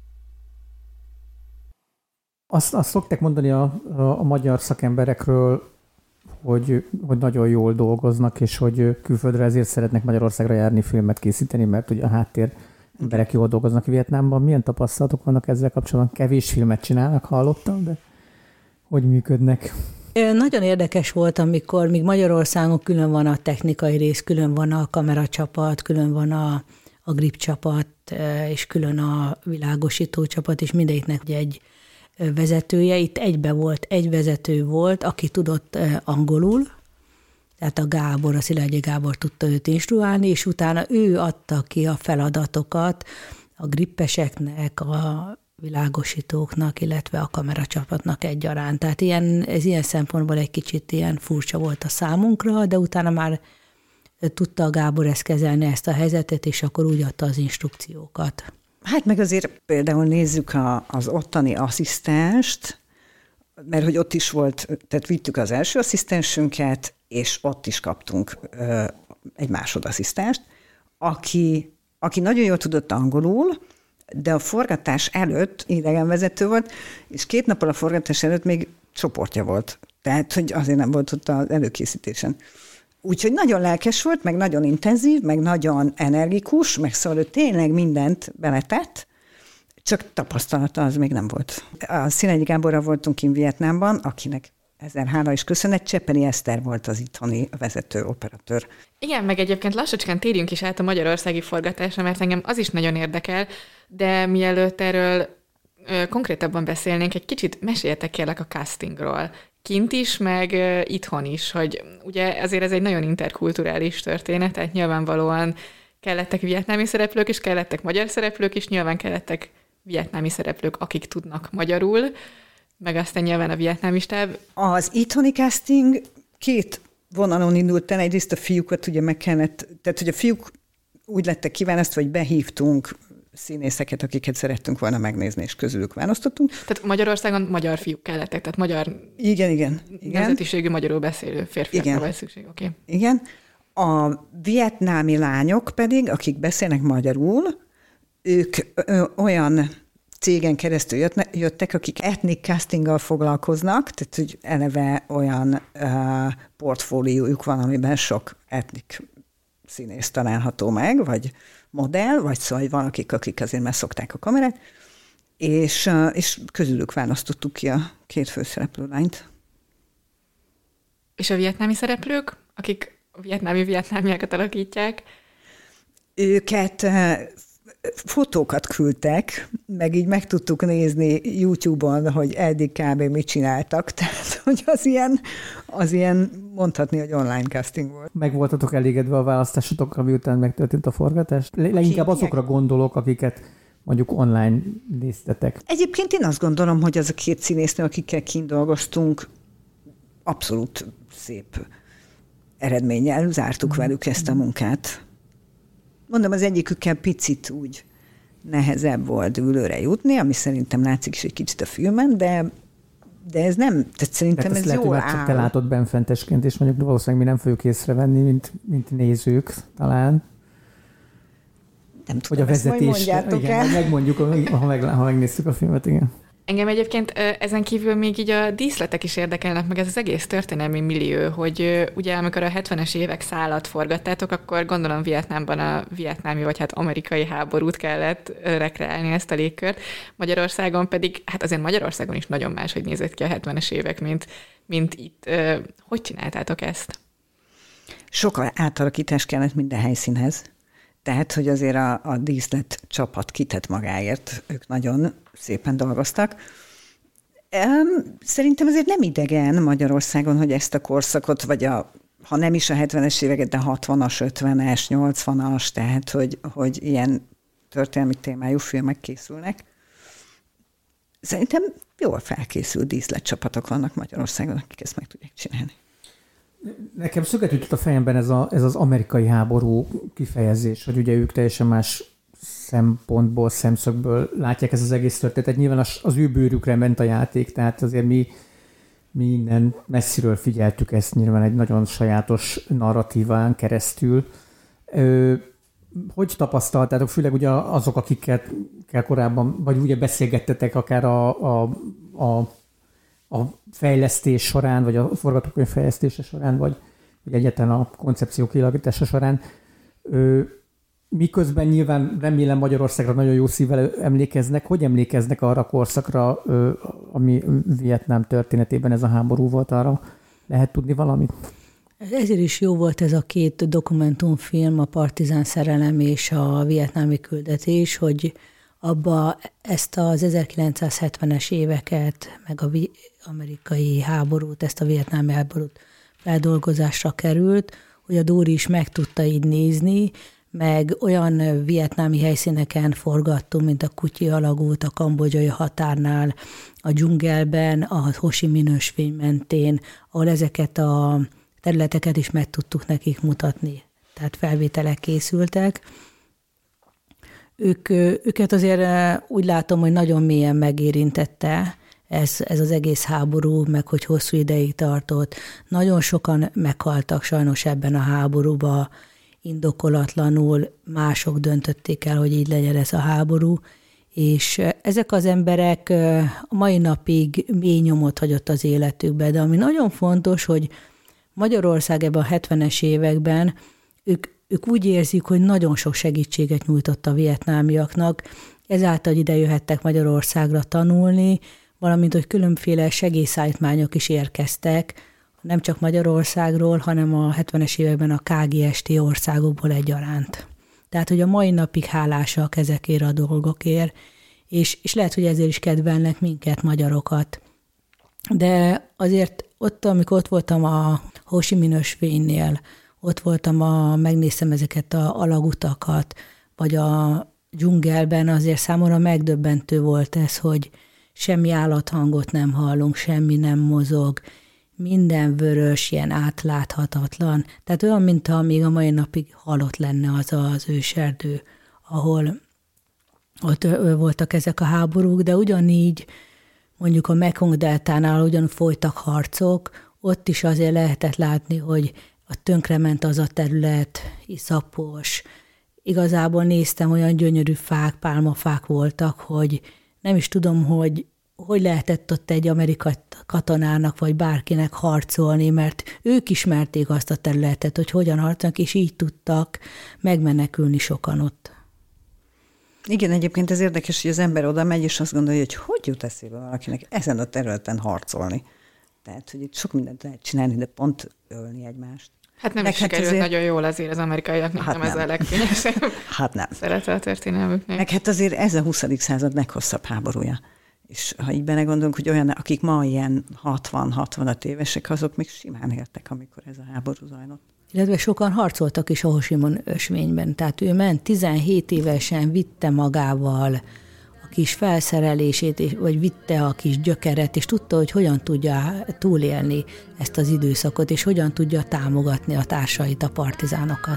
Azt, azt szokták mondani a, a, a magyar szakemberekről, hogy, hogy nagyon jól dolgoznak, és hogy külföldre ezért szeretnek Magyarországra járni, filmet készíteni, mert ugye a háttér emberek jól dolgoznak Vietnámban. Milyen tapasztalatok vannak ezzel kapcsolatban? Kevés filmet csinálnak, hallottam, de hogy működnek? Nagyon érdekes volt, amikor még Magyarországon külön van a technikai rész, külön van a kameracsapat, külön van a, a grip csapat, és külön a világosító csapat, és mindegyiknek egy vezetője. Itt egybe volt, egy vezető volt, aki tudott angolul, tehát a Gábor, a Szilágyi Gábor tudta őt instruálni, és utána ő adta ki a feladatokat a grippeseknek, a világosítóknak, illetve a kameracsapatnak egyaránt. Tehát ilyen, ez ilyen szempontból egy kicsit ilyen furcsa volt a számunkra, de utána már tudta a Gábor ezt kezelni, ezt a helyzetet, és akkor úgy adta az instrukciókat. Hát meg azért például nézzük a, az ottani asszisztenst, mert hogy ott is volt, tehát vittük az első asszisztensünket, és ott is kaptunk ö, egy másodasszisztenst, aki, aki nagyon jól tudott angolul, de a forgatás előtt idegenvezető volt, és két nappal a forgatás előtt még csoportja volt. Tehát, hogy azért nem volt ott az előkészítésen. Úgyhogy nagyon lelkes volt, meg nagyon intenzív, meg nagyon energikus, meg szóval ő tényleg mindent beletett, csak tapasztalata az még nem volt. A Szilágyi Gáborral voltunk kint Vietnámban, akinek ezer hála is köszönet, Csepeli Eszter volt az itthoni vezető operatőr. Igen, meg egyébként lassacskán térjünk is át a magyarországi forgatásra, mert engem az is nagyon érdekel, de mielőtt erről ö, konkrétabban beszélnénk, egy kicsit meséljetek kérlek a castingról. Kint is, meg ö, itthon is, hogy ugye azért ez egy nagyon interkulturális történet, tehát nyilvánvalóan kellettek vietnámi szereplők, és kellettek magyar szereplők, és nyilván kellettek vietnámi szereplők, akik tudnak magyarul, meg aztán nyilván a vietnámi stáb. Az itthoni casting két vonalon indult el, egyrészt a fiúkat ugye meg kellett, tehát hogy a fiúk úgy lettek kiválasztva, hogy behívtunk színészeket, akiket szerettünk volna megnézni, és közülük választottunk. Tehát Magyarországon magyar fiúk kellettek, tehát magyar igen, igen, igen. nemzetiségű magyarul beszélő férfiakra van szükség. Okay. Igen. A vietnámi lányok pedig, akik beszélnek magyarul, ők ö, olyan cégen keresztül jöttek, akik ethnic castinggal foglalkoznak, tehát hogy eleve olyan uh, portfóliójuk van, amiben sok ethnic színész található meg, vagy modell, vagy szóval van akik, akik azért megszokták a kamerát, és, és közülük választottuk ki a két főszereplő lányt. És a vietnámi szereplők, akik a vietnámi vietnámiakat alakítják? Őket fotókat küldtek, meg így meg tudtuk nézni YouTube-on, hogy eddig kb. Mit csináltak, tehát hogy az ilyen, az ilyen mondhatni, hogy online casting volt. Meg voltatok elégedve a választásotokkal, miután megtörtént a forgatás? Leginkább azokra gondolok, akiket mondjuk online néztetek. Egyébként én azt gondolom, hogy az a két színésznő, akikkel kint dolgoztunk, abszolút szép eredménnyel zártuk velük ezt a munkát. Mondom, az egyikükkel picit úgy nehezebb volt ülőre jutni, ami szerintem látszik is egy kicsit a filmen, de, de ez nem, tehát szerintem tehát ez lehet, jól áll. Csak te látod benfentesként, és mondjuk valószínűleg mi nem fogjuk észrevenni, mint, mint nézők talán. Nem tudom, hogy a vezetés, igen, el? megmondjuk, ha, meg, ha megnéztük a filmet, igen. Engem egyébként ezen kívül még így a díszletek is érdekelnek, meg ez az egész történelmi millió, hogy ugye amikor a hetvenes évek szállat forgattátok, akkor gondolom Vietnámban a vietnámi vagy hát amerikai háborút kellett rekreálni, ezt a légkört. Magyarországon pedig, hát azért Magyarországon is nagyon máshogy nézett ki a hetvenes évek, mint, mint itt. Hogy csináltátok ezt? Sok átalakítás kellett minden helyszínhez. Tehát, hogy azért a, a díszlet csapat kitett magáért, ők nagyon szépen dolgoztak. Szerintem azért nem idegen Magyarországon, hogy ezt a korszakot, vagy a, ha nem is a hetvenes éveket, de hatvanas, ötvenes, nyolcvanas, tehát, hogy, hogy ilyen történelmi témájú filmek készülnek. Szerintem jól felkészült díszletcsapatok vannak Magyarországon, akik ezt meg tudják csinálni. Nekem szöget ütött a fejemben ez, a, ez az amerikai háború kifejezés, hogy ugye ők teljesen más szempontból, szemszögből látják ezt az egész történetet. Nyilván az, az ő bőrükre ment a játék, tehát azért mi, mi innen messziről figyeltük ezt nyilván egy nagyon sajátos narratíván keresztül. Ö, hogy tapasztaltátok, főleg ugye azok, akikkel korábban, vagy ugye beszélgettetek akár a, a, a a fejlesztés során, vagy a forgatókönyv fejlesztése során, vagy, vagy egyáltalán a koncepció kialakítása során. Ö, miközben nyilván remélem Magyarországra nagyon jó szívvel emlékeznek. Hogy emlékeznek arra a korszakra, ö, ami Vietnám történetében ez a háború volt, arra lehet tudni valamit? Ezért is jó volt ez a két dokumentumfilm, a Partizán szerelem és a vietnámi küldetés, hogy abba ezt az ezerkilencszázhetvenes éveket, meg a amerikai háborút, ezt a vietnámi háborút feldolgozásra került, hogy a Dóri is meg tudta így nézni, meg olyan vietnámi helyszíneken forgattunk, mint a Kutyi alagút, a kambodzsai határnál, a dzsungelben, a Ho Chi Minh ösvény mentén, ahol ezeket a területeket is meg tudtuk nekik mutatni. Tehát felvételek készültek. Ők, őket azért úgy látom, hogy nagyon mélyen megérintette ez, ez az egész háború, meg hogy hosszú ideig tartott. Nagyon sokan meghaltak sajnos ebben a háborúban, indokolatlanul, mások döntötték el, hogy így legyen ez a háború, és ezek az emberek a mai napig mély nyomot hagyott az életükbe, de ami nagyon fontos, hogy Magyarország ebben a hetvenes években ők Ők úgy érzik, hogy nagyon sok segítséget nyújtott a vietnámiaknak, ezáltal ide jöhettek Magyarországra tanulni, valamint, hogy különféle segélyszállítmányok is érkeztek, nem csak Magyarországról, hanem a hetvenes években a ká gé es té országokból egyaránt. Tehát, hogy a mai napig hálásak ezekért a dolgokért, és, és lehet, hogy ezért is kedvelnek minket, magyarokat. De azért ott, amikor ott voltam a Ho Chi Minh ösvénynél, ott voltam, a, megnéztem ezeket a alagutakat, vagy a dzsungelben, azért számomra megdöbbentő volt ez, hogy semmi állathangot nem hallunk, semmi nem mozog, minden vörös, ilyen átláthatatlan. Tehát olyan, mintha még a mai napig halott lenne az az őserdő, ahol ott voltak ezek a háborúk, de ugyanígy mondjuk a Mekong-deltánál ugyan folytak harcok, ott is azért lehetett látni, hogy a tönkrement az a terület, iszapos. Igazából néztem, olyan gyönyörű fák, pálmafák voltak, hogy nem is tudom, hogy hogy lehetett ott egy amerikai katonának, vagy bárkinek harcolni, mert ők ismerték azt a területet, hogy hogyan harcolnak, és így tudtak megmenekülni sokan ott. Igen, egyébként ez érdekes, hogy az ember oda megy, és azt gondolja, hogy hogy jut eszébe valakinek ezen a területen harcolni. Tehát, hogy itt sok mindent lehet csinálni, de pont ölni egymást. Hát nem Meg is hát sikerült azért... nagyon jól azért az amerikaiaknak, Hát nem, nem. ez a legfényesebb Hát nem. szerete a történelmüknek. Meg hát azért ez a huszadik század leghosszabb háborúja. És ha így belegondolunk, hogy olyan, akik ma ilyen hatvan-hatvanöt évesek, azok még simán éltek, amikor ez a háború zajlott. Illetve sokan harcoltak is a Ho Chi Minh ösvényben. Tehát ő ment tizenhét évesen, vitte magával a kis felszerelését, és- vagy vitte a kis gyökeret, és tudta, hogy hogyan tudja túlélni ezt az időszakot, és hogyan tudja támogatni a társait, a partizánokat.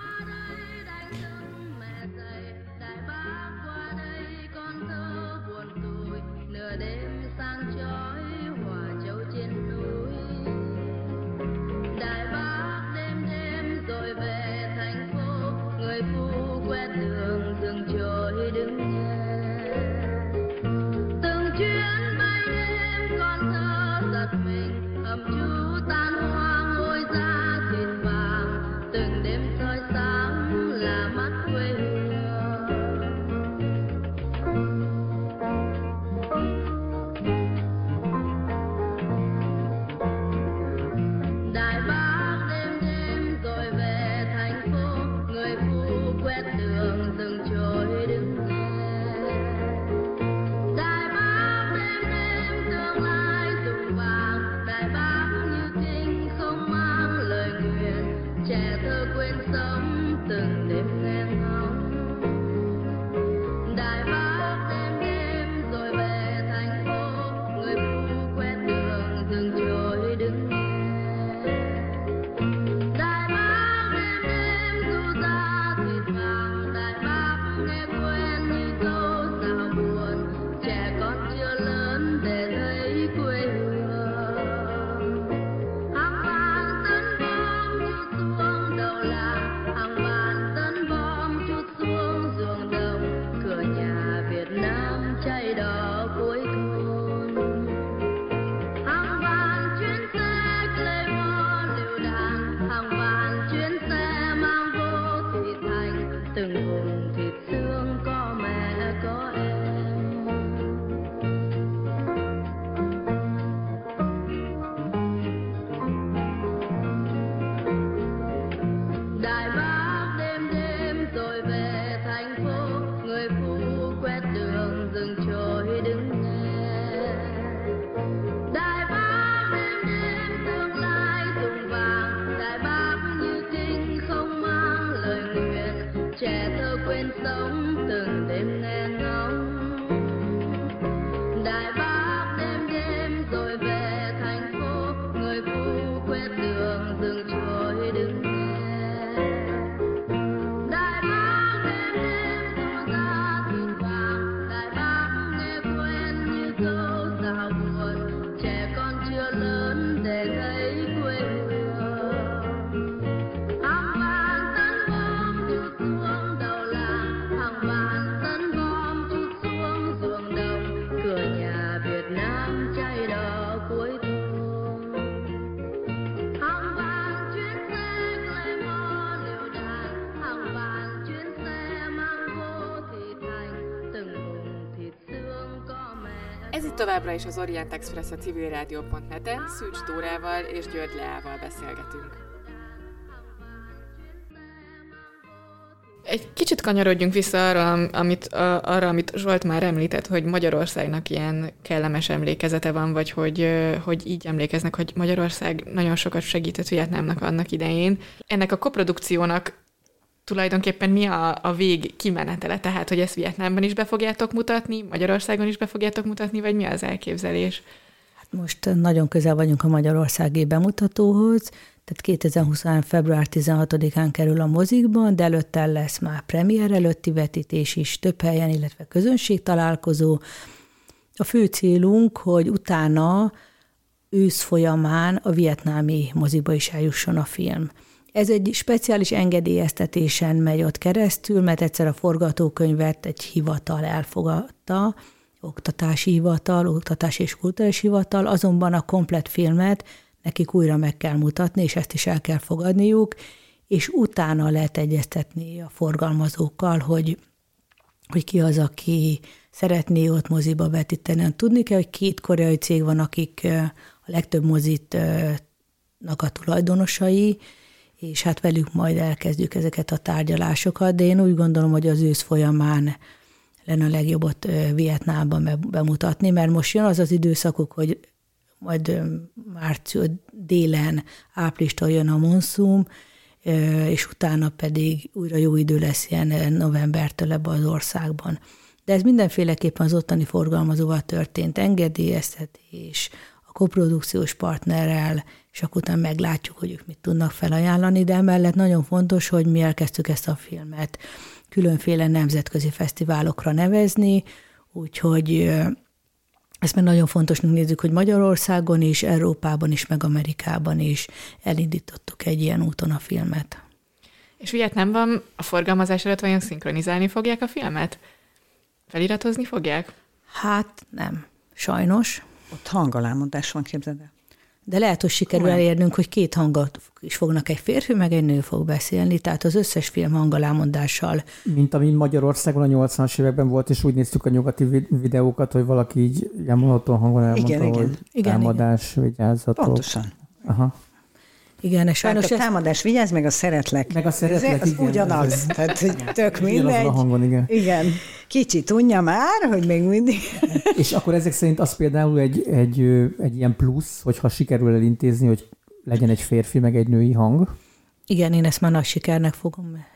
Ez itt továbbra is az Orient Express a civilrádió pont net-en, Szűcs Dórával és György Leával beszélgetünk. Egy kicsit kanyarodjunk vissza arra, amit, arra, amit Zsolt már említett, hogy Magyarországnak ilyen kellemes emlékezete van, vagy hogy, hogy így emlékeznek, hogy Magyarország nagyon sokat segített Vietnámnak annak idején. Ennek a koprodukciónak tulajdonképpen mi a, a vég kimenetele? Tehát, hogy ezt Vietnámban is be fogjátok mutatni, Magyarországon is be fogjátok mutatni, vagy mi az elképzelés? Hát most nagyon közel vagyunk a magyarországi bemutatóhoz, tehát kétezer-huszonhárom. február tizenhatodikán kerül a mozikban, de előtte lesz már premier előtti vetítés is több helyen, illetve közönségtalálkozó. A fő célunk, hogy utána ősz folyamán a vietnámi moziba is eljusson a film. Ez egy speciális engedélyeztetésen megy ott keresztül, mert egyszer a forgatókönyvet egy hivatal elfogadta, oktatási hivatal, oktatási és kulturális hivatal, azonban a komplett filmet nekik újra meg kell mutatni, és ezt is el kell fogadniuk, és utána lehet egyeztetni a forgalmazókkal, hogy hogy ki az, aki szeretné ott moziba vetíteni. Tudni kell, hogy két koreai cég van, akik a legtöbb mozitnak a tulajdonosai, és hát velük majd elkezdjük ezeket a tárgyalásokat, de én úgy gondolom, hogy az ősz folyamán lenne a legjobbat Vietnámban bemutatni, mert most jön az az időszakuk, hogy majd március délen, áprilistól jön a monszum, és utána pedig újra jó idő lesz ilyen novembertől ebben az országban. De ez mindenféleképpen az ottani forgalmazóval történt engedélyeztetés, a koprodukciós partnerrel, és akkor utána meglátjuk, hogy ők mit tudnak felajánlani, de emellett nagyon fontos, hogy mi elkezdtük ezt a filmet különféle nemzetközi fesztiválokra nevezni, úgyhogy ezt már nagyon fontosnak nézzük, hogy Magyarországon is, Európában is, meg Amerikában is elindítottuk egy ilyen úton a filmet. És Vietnámban a forgalmazás előtt vajon szinkronizálni fogják a filmet? Feliratozni fogják? Hát nem, sajnos. Ott hangalámondás van, képzeld el. De lehet, hogy sikerül Olyan. elérnünk, hogy két hangot is fognak, egy férfi, meg egy nő fog beszélni, tehát az összes film hangalámondással. Mint ami Magyarországon a nyolcvanas években volt, és úgy néztük a nyugati videókat, hogy valaki így ilyen monoton hangon elmondta, Igen, igen. hogy Igen, támadás, vigyázzatok. Pontosan. Aha. Igen, és Tehát sajnos a ez... támadás, vigyázz, meg a szeretlek. Meg a szeretlek, ez, igen. ugyanaz. Tehát, hogy tök Ugyanazon mindegy. a hangon, igen. Igen. Kicsit unja már, hogy még mindig. És akkor ezek szerint az például egy, egy, egy ilyen plusz, hogyha sikerül elintézni, hogy legyen egy férfi, meg egy női hang. Igen, én ezt már nagy sikernek fogom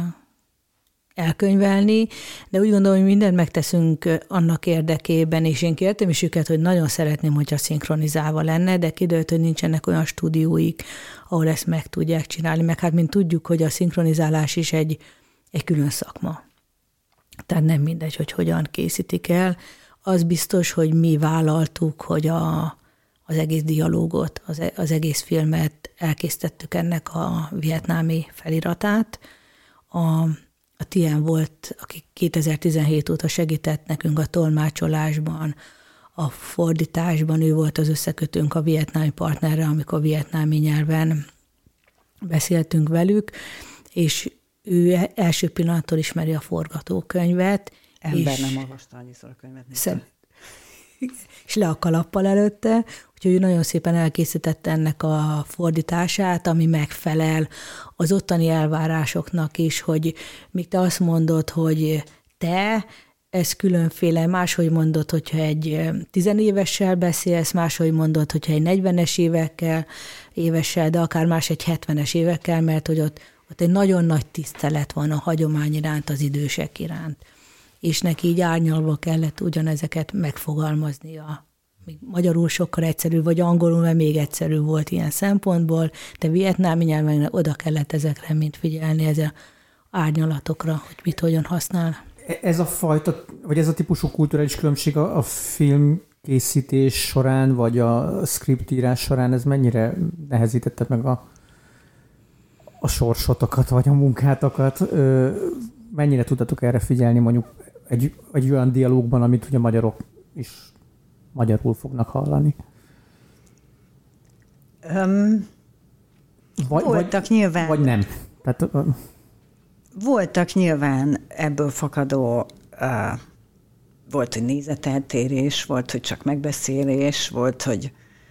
elkönyvelni, de úgy gondolom, hogy mindent megteszünk annak érdekében, és én kértem is őket, hogy nagyon szeretném, hogyha szinkronizálva lenne, de kiderült, hogy nincsenek olyan stúdióik, ahol ezt meg tudják csinálni, meg hát mint tudjuk, hogy a szinkronizálás is egy, egy külön szakma. Tehát nem mindegy, hogy hogyan készítik el. Az biztos, hogy mi vállaltuk, hogy a, az egész dialógot, az, az egész filmet elkészítettük ennek a vietnámi feliratát. A A Tien volt, aki kétezer-tizenhét óta segített nekünk a tolmácsolásban, a fordításban, ő volt az összekötőnk a vietnámi partnerre, amikor vietnámi nyelven beszéltünk velük, és ő első pillanattól ismeri a forgatókönyvet. Ember és nem olvasta annyiszor a könyvet. szem, és le a kalappal előtte, úgyhogy ő nagyon szépen elkészítette ennek a fordítását, ami megfelel az ottani elvárásoknak is, hogy míg te azt mondod, hogy te, ez különféle, máshogy mondod, hogyha egy tizenévessel beszélsz, máshogy mondod, hogyha egy negyvenes évekkel, évessel, de akár más egy hetvenes évekkel, mert hogy ott, ott egy nagyon nagy tisztelet van a hagyomány iránt, az idősek iránt. És neki így árnyalva kellett ugyanezeket megfogalmaznia. Még magyarul sokkal egyszerűbb, vagy angolul, mert még egyszerűbb volt ilyen szempontból, de vietnámi nyelven oda kellett ezekre mind figyelni, ezzel árnyalatokra, hogy mit hogyan használ. Ez a fajta, vagy ez a típusú kulturális különbség a, a filmkészítés során, vagy a scriptírás során, ez mennyire nehezítette meg a, a sorsotokat, vagy a munkátokat? Ö, mennyire tudtatok erre figyelni mondjuk egy, egy olyan dialógban, amit ugye magyarok is magyarul fognak hallani? Um, vagy, voltak vagy, nyilván. Vagy nem. Tehát, uh, Voltak nyilván ebből fakadó, uh, volt, hogy nézeteltérés, volt, hogy csak megbeszélés, volt, hogy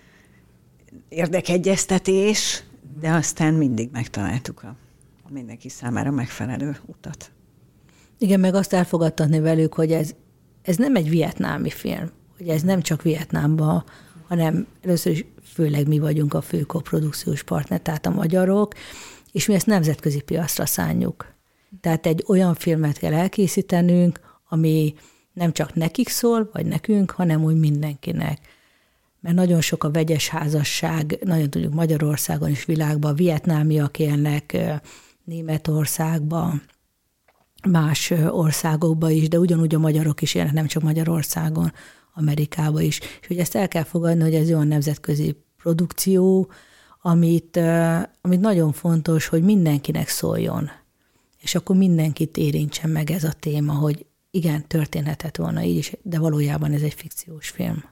érdekegyeztetés, de aztán mindig megtaláltuk a mindenki számára megfelelő utat. Igen, meg azt elfogadtatni velük, hogy ez, ez nem egy vietnámi film, hogy ez nem csak Vietnámban, hanem először is főleg mi vagyunk a fő koprodukciós partner, tehát a magyarok, és mi ezt nemzetközi piacra szánjuk. Tehát egy olyan filmet kell elkészítenünk, ami nem csak nekik szól, vagy nekünk, hanem úgy mindenkinek. Mert nagyon sok a vegyes házasság, nagyon tudjuk Magyarországon és világban, vietnámiak élnek Németországban, más országokban is, de ugyanúgy a magyarok is élnek, nem csak Magyarországon, Amerikában is. És hogy ezt el kell fogadni, hogy ez olyan nemzetközi produkció, amit, amit nagyon fontos, hogy mindenkinek szóljon. És akkor mindenkit érintsen meg ez a téma, hogy igen, történhetett volna így is, de valójában ez egy fikciós film.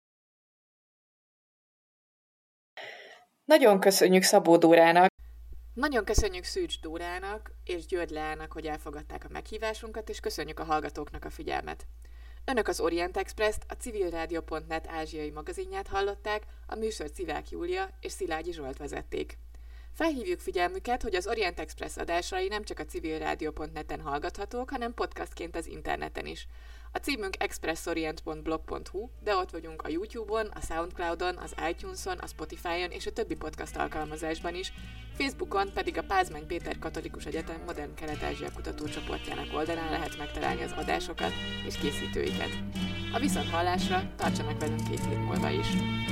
Nagyon köszönjük Szabó Dórának. Nagyon köszönjük Szűcs Dórának és György Leának, hogy elfogadták a meghívásunkat, és köszönjük a hallgatóknak a figyelmet. Önök az Orient Express-t, a civilrádió pont net ázsiai magazinját hallották, a műsor Civák Júlia és Szilágyi Zsolt vezették. Felhívjuk figyelmüket, hogy az Orient Express adásai nem csak a civilrádió pont net-en hallgathatók, hanem podcastként az interneten is. A címünk expressorient pont blog pont hu, de ott vagyunk a YouTube-on, a Soundcloud-on, az iTunes-on, a Spotify-on és a többi podcast alkalmazásban is, Facebookon pedig a Pázmány Péter Katolikus Egyetem Modern Kelet-Ázsia kutatócsoportjának oldalán lehet megtalálni az adásokat és készítőiket. A viszonthallásra tartsanak velünk két hét múlva is!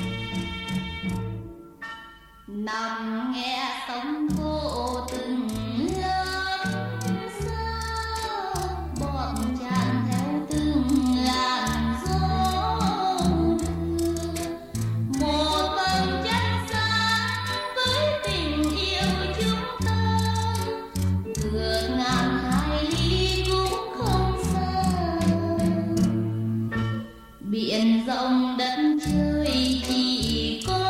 Nằm nghe sóng vô từng lớp sơ, bọn tràn theo từng làn gió đưa một vầng trăng sáng với tình yêu chúng ta, vượt ngàn hải ly cũng không xa. Biển rộng đất trời chỉ có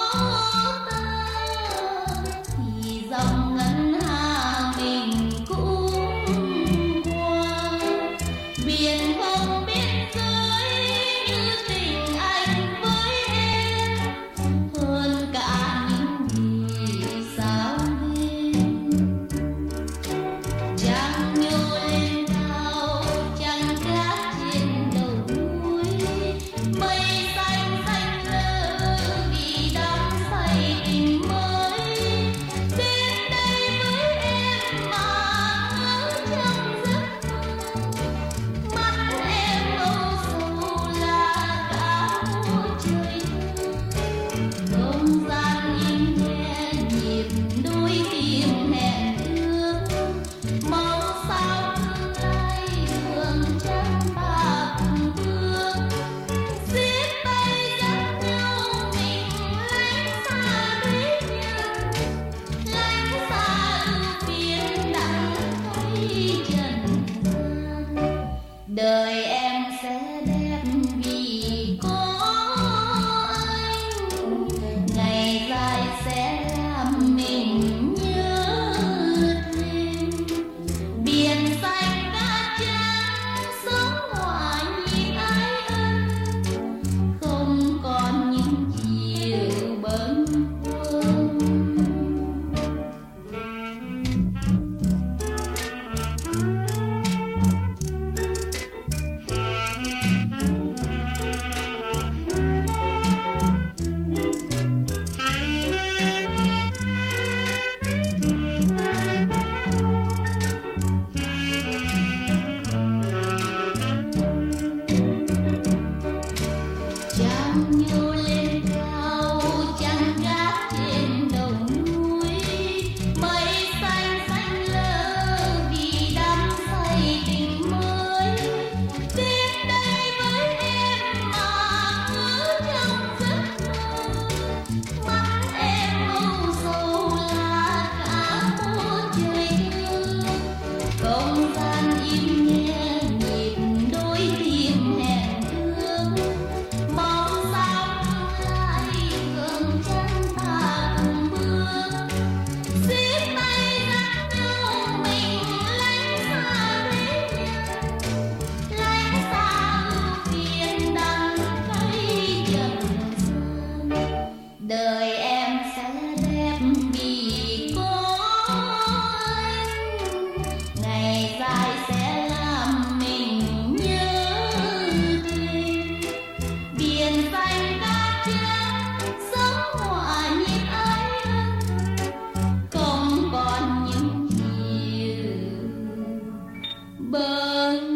dòng ngân hà mình cũng qua, biển không biên giới như tình anh với em, hơn cả những vì sao đêm. Trăng nhô lên cao, trăng gác trên đầu núi, mây xanh xanh lơ vì đắm say tình mới. Đời em sẽ đẹp vì có anh, ngày dài sẽ làm mình nhớ thêm. Biển xanh cát trắng sóng hòa nhịp ái ân, không còn những chiều bâng khuâng. Bye.